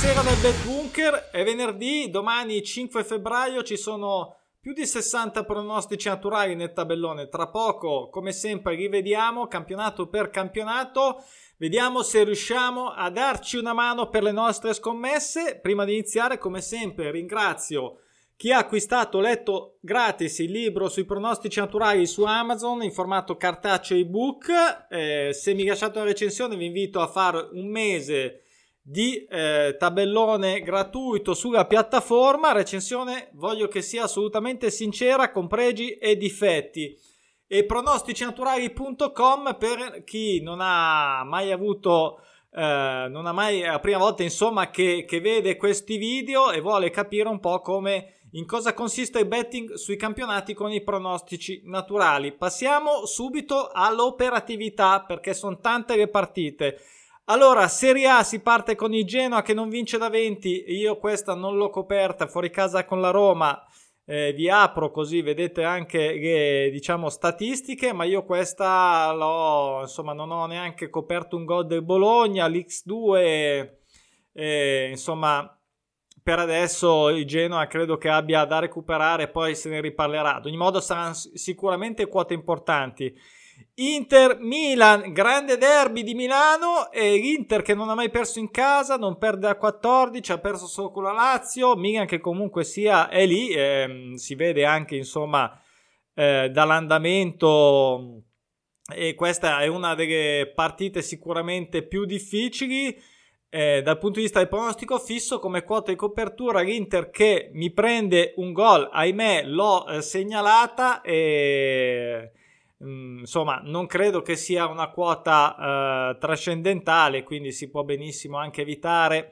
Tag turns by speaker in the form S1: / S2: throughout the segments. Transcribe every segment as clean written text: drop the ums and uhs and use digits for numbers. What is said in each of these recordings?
S1: Buonasera dal Bet Bunker, è venerdì, domani 5 febbraio ci sono più di 60 pronostici naturali nel tabellone. Tra poco, come sempre, rivediamo campionato per campionato, vediamo se riusciamo a darci una mano per le nostre scommesse. Prima di iniziare, come sempre, ringrazio chi ha acquistato, letto gratis il libro sui pronostici naturali su Amazon in formato cartaceo ebook. Se mi lasciate una recensione vi invito a fare un mese di tabellone gratuito sulla piattaforma. Recensione voglio che sia assolutamente sincera, con pregi e difetti. E pronosticinaturali.com per chi non ha mai avuto non ha mai, è la prima volta insomma che vede questi video e vuole capire un po' in cosa consiste il betting sui campionati con i pronostici naturali. Passiamo subito all'operatività, perché sono tante le partite. Allora, Serie A si parte con il Genoa che non vince da 20, io questa non l'ho coperta, fuori casa con la Roma, vi apro così vedete anche le, diciamo, statistiche, ma io questa non ho neanche coperto un gol del Bologna, l'X2, insomma, per adesso il Genoa credo che abbia da recuperare, poi se ne riparlerà. Ad ogni modo saranno sicuramente quote importanti. Inter-Milan, grande derby di Milano, e l'Inter che non ha mai perso in casa, non perde da 14, ha perso solo con la Lazio. Milan che comunque sia è lì, si vede anche insomma dall'andamento, e questa è una delle partite sicuramente più difficili dal punto di vista del pronostico fisso. Come quota di copertura l'Inter che mi prende un gol, ahimè l'ho segnalata, e insomma non credo che sia una quota trascendentale, quindi si può benissimo anche evitare.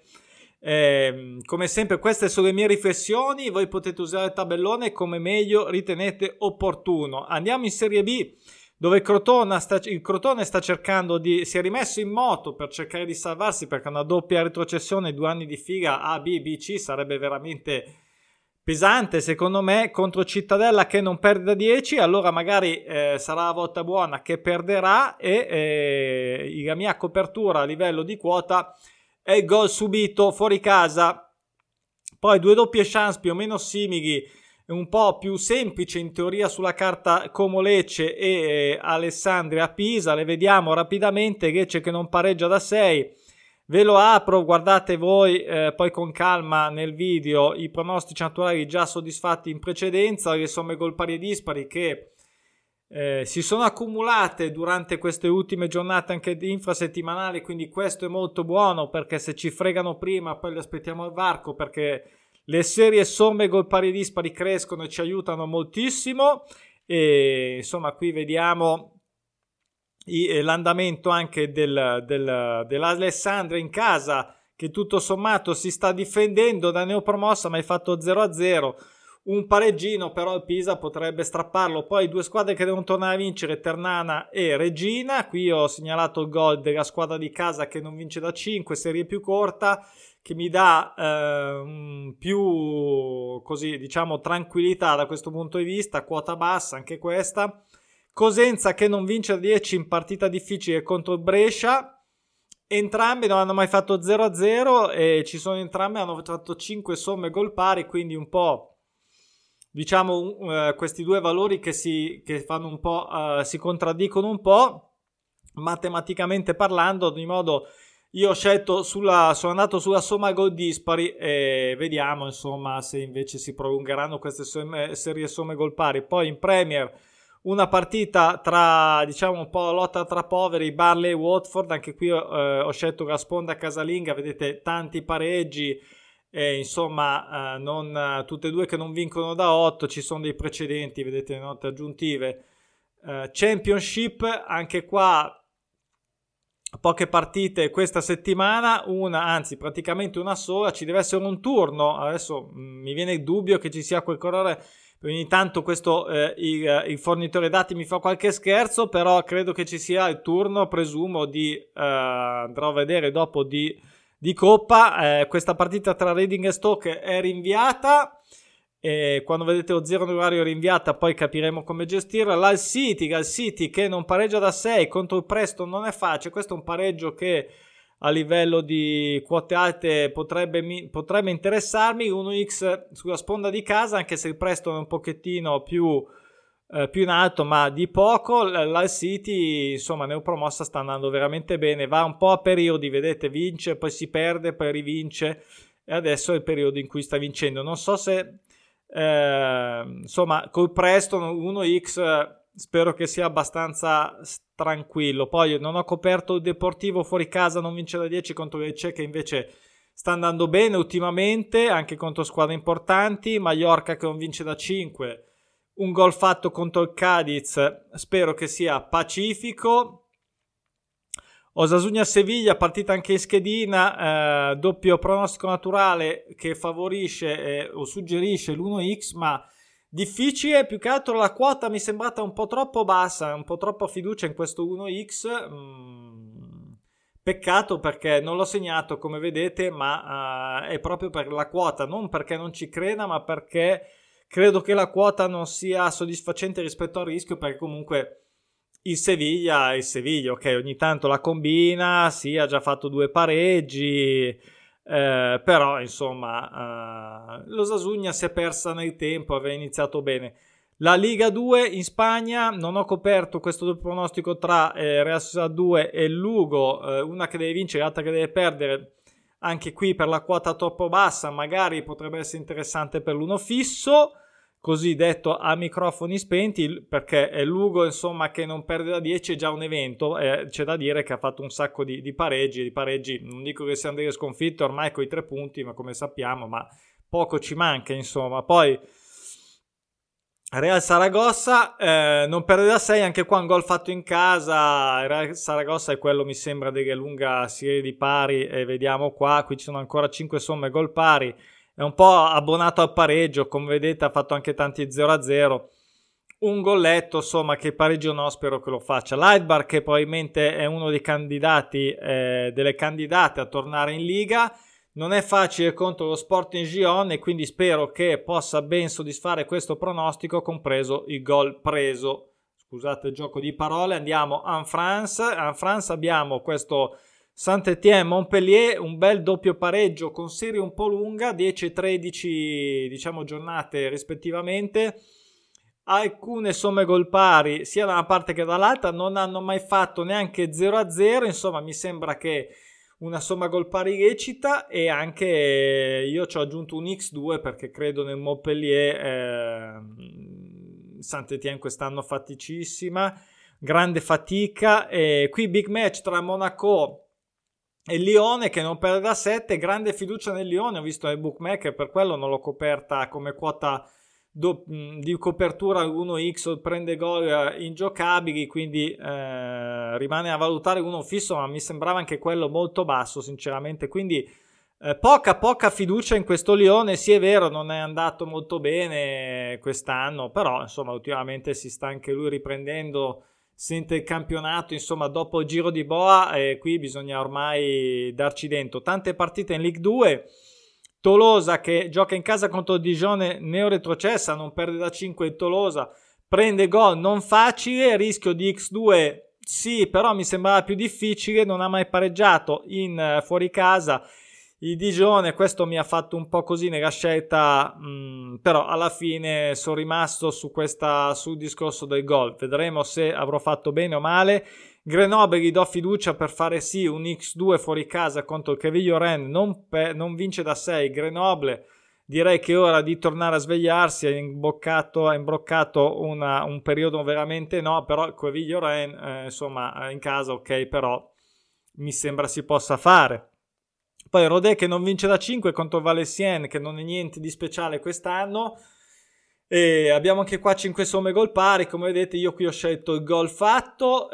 S1: Come sempre queste sono le mie riflessioni, voi potete usare il tabellone come meglio ritenete opportuno. Andiamo in Serie B, dove il Crotone sta cercando si è rimesso in moto per cercare di salvarsi, perché una doppia retrocessione 2 anni di fila A, B, B, C sarebbe veramente pesante secondo me, contro Cittadella che non perde da 10. Allora magari sarà la volta buona che perderà, e la mia copertura a livello di quota è il gol subito fuori casa. Poi due doppie chance più o meno simili, un po' più semplice in teoria sulla carta, Como Lecce e Alessandria Pisa. Le vediamo rapidamente. Lecce che non pareggia da 6, ve lo apro, guardate voi poi con calma nel video i pronostici naturali già soddisfatti in precedenza, le somme gol pari e dispari che si sono accumulate durante queste ultime giornate anche infrasettimanali, quindi questo è molto buono, perché se ci fregano prima poi li aspettiamo al varco, perché le serie somme gol pari e dispari crescono e ci aiutano moltissimo. E insomma qui vediamo l'andamento anche dell'Alessandria in casa, che tutto sommato si sta difendendo da neopromossa, ma hai fatto 0-0, un pareggino, però il Pisa potrebbe strapparlo. Poi due squadre che devono tornare a vincere, Ternana e Reggina. Qui ho segnalato il gol della squadra di casa che non vince da 5, serie più corta, che mi dà più così, diciamo, tranquillità da questo punto di vista, quota bassa anche questa. Cosenza che non vince da 10 in partita difficile contro il Brescia. Entrambi non hanno mai fatto 0-0 e ci sono entrambi, hanno fatto 5 somme gol pari, quindi un po', diciamo, questi due valori che fanno un po', si contraddicono un po' matematicamente parlando. Ad ogni modo io ho scelto sono andato sulla somma gol dispari, e vediamo insomma se invece si prolungheranno queste serie somme gol pari. Poi in Premier una partita tra, diciamo, un po' lotta tra poveri, Burnley e Watford. Anche qui ho scelto la sponda casalinga, vedete tanti pareggi, insomma non tutte e due che non vincono da 8, ci sono dei precedenti, vedete le note aggiuntive. Championship, anche qua poche partite questa settimana, praticamente una sola. Ci deve essere un turno, adesso mi viene il dubbio che ci sia quel correre, ogni tanto questo il fornitore dati mi fa qualche scherzo, però credo che ci sia il turno, presumo, andrò a vedere dopo, di Coppa. Questa partita tra Reading e Stoke è rinviata, e quando vedete lo 0 nell'orario rinviata poi capiremo come gestirla. L'Hull City che non pareggia da 6 contro il Preston non è facile. Questo è un pareggio che a livello di quote alte potrebbe interessarmi. 1x sulla sponda di casa, anche se il prestano un pochettino più in alto, ma di poco. L'Hull City, insomma, neopromossa, sta andando veramente bene, va un po' a periodi, vedete, vince, poi si perde, poi rivince, e adesso è il periodo in cui sta vincendo. Non so se insomma col Preston 1x spero che sia abbastanza tranquillo. Poi non ho coperto il Deportivo fuori casa non vince da 10 contro il Lecce, che invece sta andando bene ultimamente anche contro squadre importanti. Mallorca che non vince da 5, un gol fatto contro il Cadiz, spero che sia pacifico. Osasuna-Seviglia, partita anche in schedina, doppio pronostico naturale che favorisce o suggerisce l'1x, ma difficile. Più che altro la quota mi è sembrata un po' troppo bassa, un po' troppa fiducia in questo 1x. Peccato, perché non l'ho segnato, come vedete, ma è proprio per la quota, non perché non ci creda, ma perché credo che la quota non sia soddisfacente rispetto al rischio, perché comunque il Seviglia, ok, ogni tanto la combina, sì, ha già fatto 2 pareggi, però insomma l'Osasuna si è persa nel tempo, aveva iniziato bene. La Liga 2 in Spagna, non ho coperto questo pronostico tra Real Sociedad 2 e Lugo, una che deve vincere, l'altra che deve perdere. Anche qui per la quota troppo bassa, magari potrebbe essere interessante per l'uno fisso, così detto a microfoni spenti, perché è Lugo, insomma, che non perde da 10 è già un evento. C'è da dire che ha fatto un sacco di pareggi, non dico che siano delle sconfitte ormai con i 3 punti, ma come sappiamo, ma poco ci manca, insomma. Poi Real Saragossa non perde da 6, anche qua un gol fatto in casa. Real Saragossa è quello, mi sembra, della lunga serie di pari, e vediamo qui ci sono ancora 5 somme gol pari. È un po' abbonato al pareggio, come vedete ha fatto anche tanti 0-0, un golletto, insomma, che pareggio no, spero che lo faccia. L'Aidbar, che probabilmente è uno dei candidati, delle candidate a tornare in Liga, non è facile contro lo Sporting Gijón, e quindi spero che possa ben soddisfare questo pronostico, compreso il gol preso. Scusate il gioco di parole. Andiamo a France. A France abbiamo questo Saint-Étienne-Montpellier, un bel doppio pareggio con serie un po' lunga, 10 e 13 diciamo giornate rispettivamente. Alcune somme gol pari sia da una parte che dall'altra, non hanno mai fatto neanche 0-0, insomma mi sembra che una somma gol pari recita, e anche io ci ho aggiunto un X2 perché credo nel Montpellier. Saint-Étienne quest'anno faticissima, grande fatica, e qui big match tra Monaco e Lione, che non perde da 7, grande fiducia nel Lione, ho visto nel bookmaker, per quello non l'ho coperta come quota di copertura 1x, prende gol ingiocabili, quindi rimane a valutare uno fisso, ma mi sembrava anche quello molto basso sinceramente, quindi poca fiducia in questo Lione. Sì, è vero, non è andato molto bene quest'anno, però insomma ultimamente si sta anche lui riprendendo, sente il campionato, insomma, dopo il giro di boa, e qui bisogna ormai darci dentro. Tante partite in Ligue 2. Tolosa che gioca in casa contro il Dijon, neo-retrocessa, non perde da 5 il Tolosa, prende gol non facile, rischio di X2 sì, però mi sembrava più difficile, non ha mai pareggiato in fuori casa il Dijon, questo mi ha fatto un po' così nella scelta, però alla fine sono rimasto sul discorso del gol. Vedremo se avrò fatto bene o male. Grenoble gli do fiducia per fare sì un X2 fuori casa contro il Quevilly Rennes, non vince da 6. Grenoble direi che è ora di tornare a svegliarsi, ha imbroccato un periodo veramente no, però il Quevilly Rennes insomma in casa ok, però mi sembra si possa fare. Poi Rodé che non vince da 5 contro Valenciennes, che non è niente di speciale quest'anno. E abbiamo anche qua 5 somme gol pari, come vedete io qui ho scelto il gol fatto,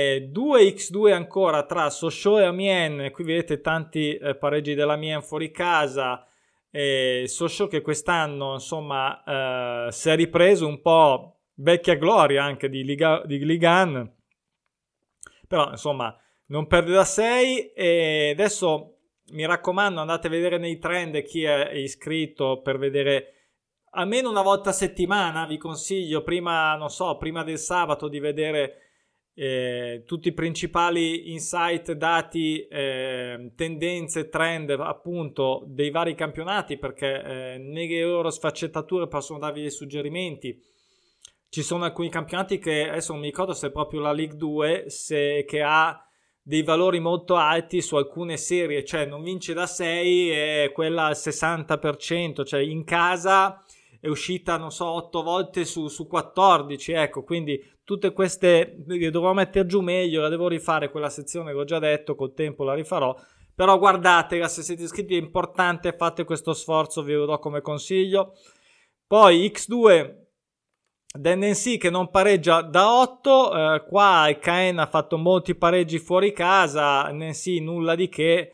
S1: 2x2 ancora tra Sochaux e Amiens, qui vedete tanti pareggi dell'Amiens fuori casa, Sochaux che quest'anno insomma si è ripreso un po' vecchia gloria anche di Ligue 1, però insomma non perde da 6. E adesso mi raccomando, andate a vedere nei trend chi è iscritto, per vedere almeno una volta a settimana, vi consiglio, prima del sabato, di vedere tutti i principali insight, dati, tendenze, trend appunto dei vari campionati, perché nelle loro sfaccettature possono darvi dei suggerimenti. Ci sono alcuni campionati che adesso non mi ricordo se è proprio la League 2 che ha dei valori molto alti su alcune serie, cioè non vince da 6 e quella al 60%, cioè in casa è uscita non so 8 volte su 14, ecco, quindi tutte queste le dovrò mettere giù meglio, la devo rifare quella sezione, l'ho già detto, col tempo la rifarò, però guardatela, se siete iscritti è importante, fate questo sforzo, ve lo do come consiglio. Poi X2 d'NNC che non pareggia da 8, qua il KN ha fatto molti pareggi fuori casa, NNC nulla di che,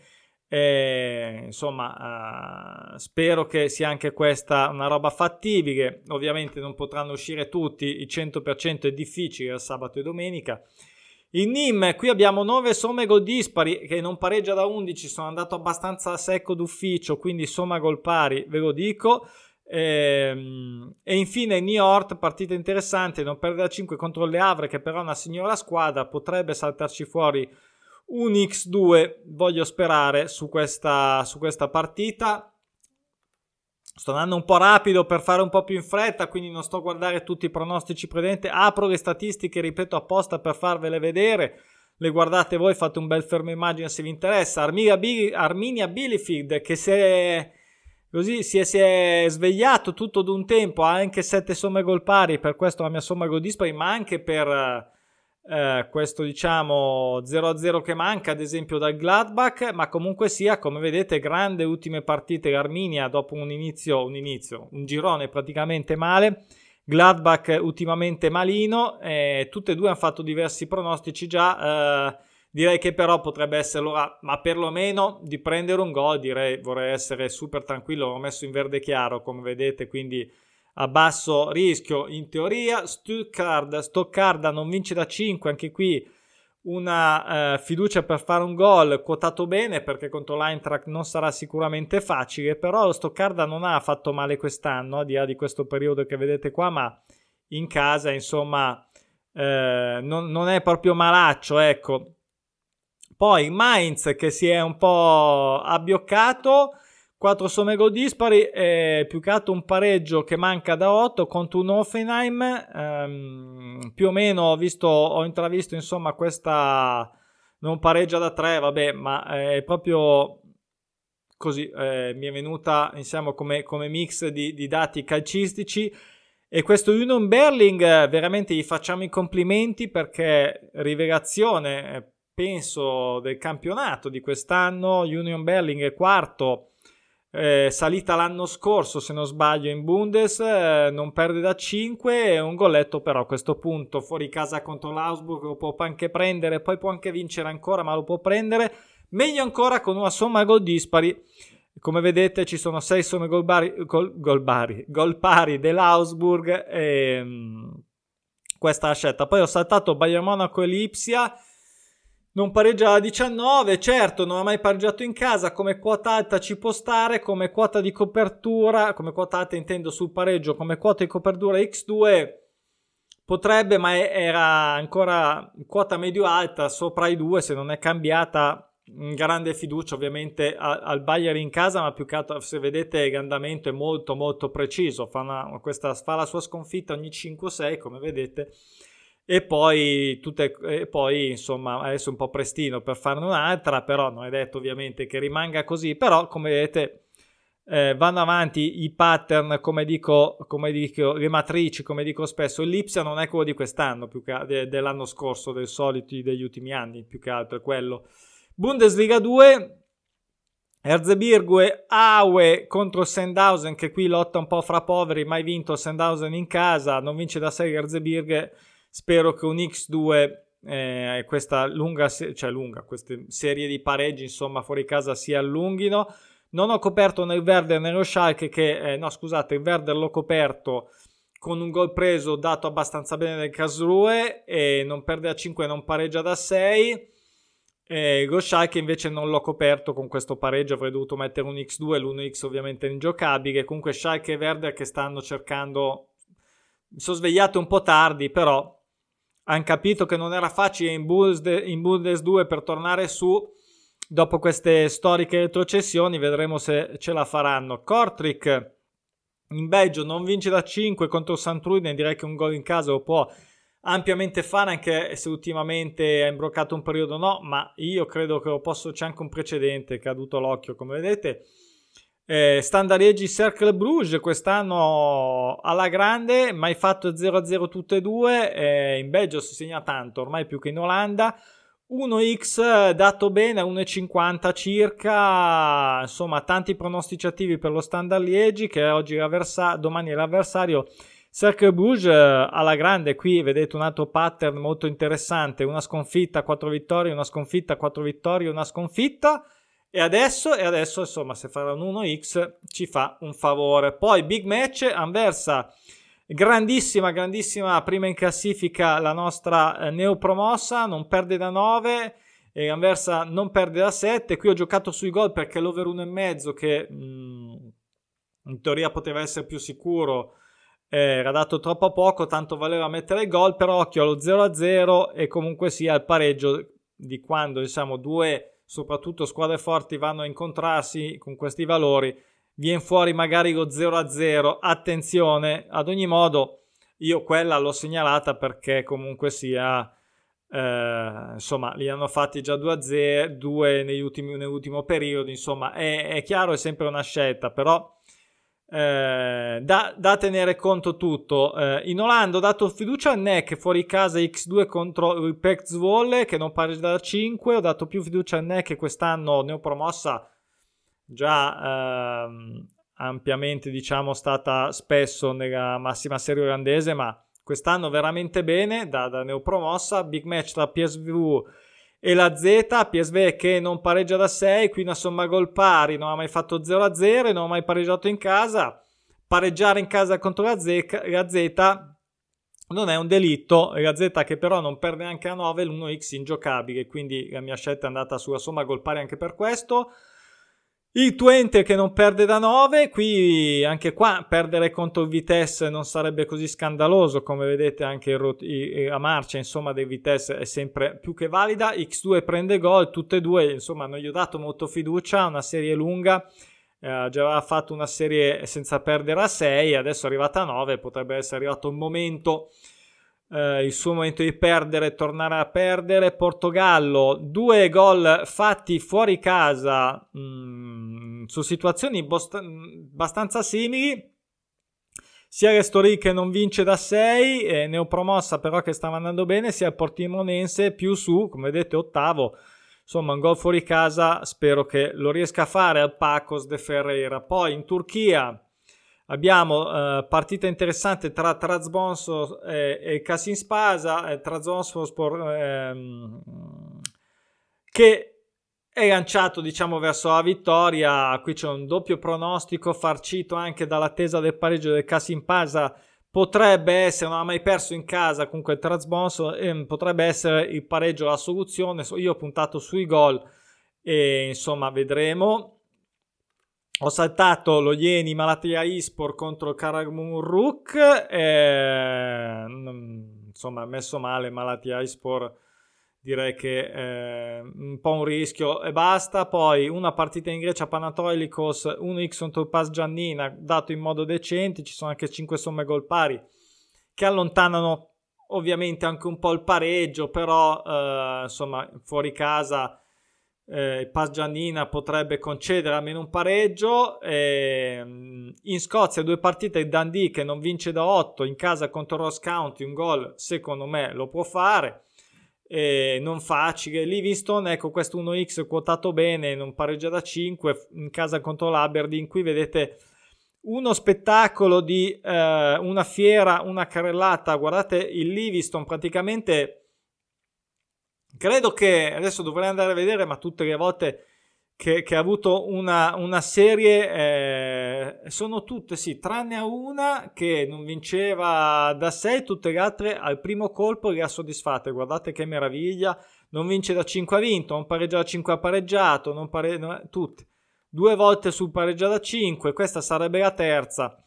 S1: insomma spero che sia anche questa una roba fattibile. Ovviamente non potranno uscire tutti, il 100% è difficile il sabato e domenica. In NIM qui abbiamo 9 somme gol dispari che non pareggia da 11, sono andato abbastanza a secco d'ufficio, quindi somma gol pari ve lo dico. E infine Niort, partita interessante, non perde da 5 contro le Havre che però è una signora squadra, potrebbe saltarci fuori un X2, voglio sperare su questa partita. Sto andando un po' rapido per fare un po' più in fretta, quindi non sto a guardare tutti i pronostici precedenti, apro le statistiche, ripeto, apposta per farvele vedere, le guardate voi, fate un bel fermo immagine se vi interessa. Arminia Bielefeld che si è svegliato tutto d'un tempo, ha anche 7 somme gol pari, per questo la mia somma gol dispari, ma anche per questo diciamo 0-0 che manca ad esempio dal Gladbach, ma comunque sia, come vedete, grande ultime partite l'Arminia dopo un girone praticamente male, Gladbach ultimamente malino, tutte e due hanno fatto diversi pronostici già, direi che però potrebbe essere l'ora, ma perlomeno di prendere un gol, vorrei essere super tranquillo, l'ho messo in verde chiaro come vedete, quindi a basso rischio in teoria. Stoccarda non vince da 5, anche qui una fiducia per fare un gol, quotato bene perché contro l'Eintracht non sarà sicuramente facile, però lo Stoccarda non ha fatto male quest'anno, al di là di questo periodo che vedete qua, ma in casa insomma non è proprio malaccio, ecco. Poi Mainz che si è un po' abbioccato, 4 somme gol dispari, più che altro un pareggio che manca da 8 contro un Hoffenheim, più o meno ho intravisto insomma questa non pareggia da 3, vabbè, ma è proprio così, mi è venuta insieme come mix di dati calcistici. E questo Union Berlin veramente gli facciamo i complimenti perché rivelazione penso del campionato di quest'anno. Union Berlin è quarto, salita l'anno scorso se non sbaglio in Bundes, non perde da 5 e un golletto però a questo punto fuori casa contro l'Augsburg lo può anche prendere, poi può anche vincere ancora ma lo può prendere, meglio ancora con una somma gol dispari. Come vedete ci sono 6 somme gol pari dell'Augsburg e questa è la scelta. Poi ho saltato Bayern Monaco e Lipsia, non pareggia la 19, certo non ha mai pareggiato in casa, come quota alta ci può stare, come quota di copertura, come quota alta intendo sul pareggio, come quota di copertura X2 potrebbe, ma era ancora quota medio alta, sopra i 2 se non è cambiata. Grande fiducia ovviamente al Bayern in casa, ma più che altro se vedete l'andamento è molto molto preciso, fa la sua sconfitta ogni 5-6 come vedete. E poi insomma adesso è un po' prestino per farne un'altra, però non è detto ovviamente che rimanga così, però come vedete vanno avanti i pattern, come dico, le matrici, come dico spesso. Il Lipsia non è quello di quest'anno, più che dell'anno scorso, del solito degli ultimi anni, più che altro è quello. Bundesliga 2, Erzgebirge Aue contro Sandhausen, che qui lotta un po' fra poveri, mai vinto Sandhausen in casa, non vince da 6 Erzgebirge. Spero che un X2 questa queste serie di pareggi insomma fuori casa si allunghino. Non ho coperto né il Werder né lo Schalke il Werder l'ho coperto con un gol preso dato abbastanza bene del Karlsruhe e non perde da 5, non pareggia da 6. Lo Schalke invece non l'ho coperto con questo pareggio, avrei dovuto mettere un X2, l'1X ovviamente è ingiocabile. Comunque Schalke e Werder che stanno cercando, mi sono svegliato un po' tardi, però hanno capito che non era facile in Bundes 2 per tornare su dopo queste storiche retrocessioni. Vedremo se ce la faranno. Kortrijk in Belgio non vince da 5 contro Santruiden, direi che un gol in casa lo può ampiamente fare, anche se ultimamente ha imbroccato un periodo ma io credo che c'è anche un precedente, è caduto l'occhio come vedete. Standard Liegi Cercle Bruges quest'anno alla grande, mai fatto 0-0 tutte e due. In Belgio si segna tanto, ormai più che in Olanda. 1x dato bene a 1,50 circa, insomma tanti pronostici attivi per lo Standard Liegi, che oggi domani è l'avversario. Cercle Bruges alla grande, qui vedete un altro pattern molto interessante, una sconfitta, 4 vittorie, una sconfitta, 4 vittorie, una sconfitta. E adesso insomma, se farà un 1x ci fa un favore. Poi big match, Anversa, grandissima prima in classifica la nostra neopromossa, non perde da 9 e Anversa non perde da 7. Qui ho giocato sui gol perché l'over 1,5 che in teoria poteva essere più sicuro era dato troppo poco, tanto valeva mettere il gol, però occhio allo 0-0 e comunque sia il pareggio di quando diciamo due soprattutto squadre forti vanno a incontrarsi con questi valori, viene fuori magari lo 0-0. Attenzione, ad ogni modo io quella l'ho segnalata perché comunque sia insomma li hanno fatti già 2 nell'ultimo periodo, insomma è chiaro, è sempre una scelta, però da tenere conto tutto. In Olanda ho dato fiducia al NEC fuori casa x2 contro il Pek Zwolle che non pareggia da 5. Ho dato più fiducia al NEC, quest'anno neopromossa già ampiamente diciamo stata spesso nella massima serie olandese, ma quest'anno veramente bene da neopromossa. Big match tra PSV e la Z, PSV che non pareggia da 6, qui una somma gol pari, non ha mai fatto 0-0 e non ha mai pareggiato in casa. Pareggiare in casa contro la Z non è un delitto, la Z che però non perde neanche a 9, l'1x ingiocabile, quindi la mia scelta è andata sulla somma gol pari anche per questo. Il Twente che non perde da 9, qui anche qua perdere contro il Vitesse non sarebbe così scandaloso, come vedete anche la marcia insomma del Vitesse è sempre più che valida. X2 prende gol, tutte e due insomma non gli ho dato molto fiducia, una serie lunga, già aveva fatto una serie senza perdere a 6, adesso è arrivata a 9, potrebbe essere arrivato il momento, il suo momento di perdere, tornare a perdere. Portogallo, 2 gol fatti fuori casa su situazioni abbastanza simili, sia l'Estoril che non vince da 6, neopromossa però che stava andando bene, sia il Portimonense più su, come vedete ottavo, insomma un gol fuori casa spero che lo riesca a fare al Pacos de Ferreira. Poi in Turchia abbiamo partita interessante tra Trabzonspor e Kasimspasa. Trabzonspor che è lanciato diciamo verso la vittoria. Qui c'è un doppio pronostico farcito anche dall'attesa del pareggio del Kasimspasa. Potrebbe essere, non ha mai perso in casa comunque il Trabzonspor, potrebbe essere il pareggio la soluzione. Io ho puntato sui gol e insomma vedremo. Ho saltato lo Ieni Malatyaspor contro Karagümrük, insomma messo male Malatyaspor, direi che un po' un rischio e basta. Poi una partita in Grecia, Panathinaikos 1x contro il Pas Giannina, dato in modo decente, ci sono anche 5 somme gol pari che allontanano ovviamente anche un po' il pareggio, però insomma fuori casa il Pas Giannina potrebbe concedere almeno un pareggio. In Scozia 2 partite, il Dundee che non vince da 8 in casa contro Ross County, un gol secondo me lo può fare, non facile. Livingston, ecco questo 1x quotato bene, non pareggia da 5 in casa contro l'Aberdeen. Qui vedete uno spettacolo di una fiera, una carrellata. Guardate il Livingston praticamente. Credo che adesso dovrei andare a vedere, ma tutte le volte che ha avuto una serie sono tutte sì, tranne a una che non vinceva da 6, tutte le altre al primo colpo le ha soddisfatte. Guardate che meraviglia, non vince da 5 ha vinto, non pareggia da 5 ha pareggiato, tutte 2 volte sul pareggia da 5, questa sarebbe la terza.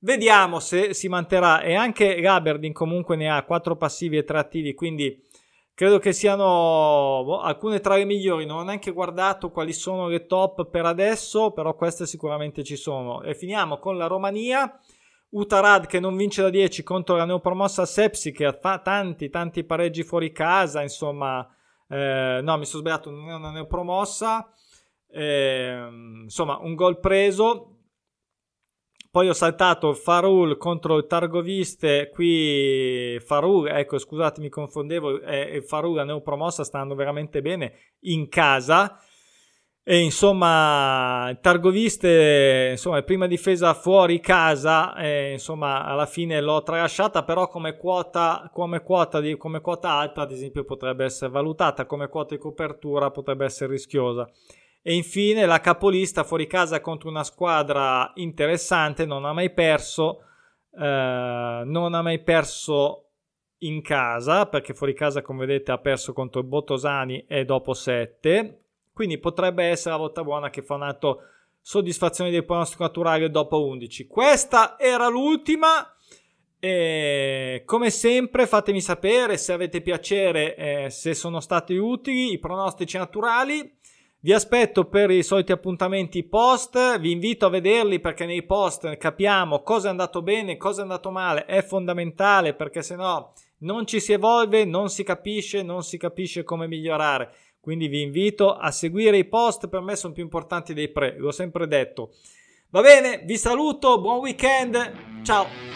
S1: Vediamo se si manterrà, e anche Gaberdin comunque ne ha 4 passivi e 3 attivi, quindi credo che siano alcune tra le migliori. Non ho neanche guardato quali sono le top per adesso, però queste sicuramente ci sono. E finiamo con la Romania. Utarad che non vince da 10 contro la neopromossa Sepsi, che fa tanti pareggi fuori casa, insomma. No, mi sono sbagliato, non è una neopromossa. Insomma, un gol preso. Poi ho saltato Farul contro il Targoviste, qui Farul, ecco scusate mi confondevo, Farul la neopromossa sta andando veramente bene in casa, e insomma il Targoviste, insomma prima difesa fuori casa, insomma alla fine l'ho tralasciata, però come quota alta ad esempio potrebbe essere valutata, come quota di copertura potrebbe essere rischiosa. E infine la capolista fuori casa contro una squadra interessante, non ha mai perso in casa, perché fuori casa come vedete ha perso contro il Bottosani e dopo 7, quindi potrebbe essere la volta buona che fa un altro soddisfazione del pronostico naturale dopo 11. Questa era l'ultima, e come sempre fatemi sapere se avete piacere, se sono stati utili i pronostici naturali. Vi aspetto per i soliti appuntamenti post, vi invito a vederli perché nei post capiamo cosa è andato bene, cosa è andato male, è fondamentale perché sennò non ci si evolve, non si capisce come migliorare. Quindi vi invito a seguire i post, per me sono più importanti dei pre, l'ho sempre detto. Va bene, vi saluto, buon weekend, ciao!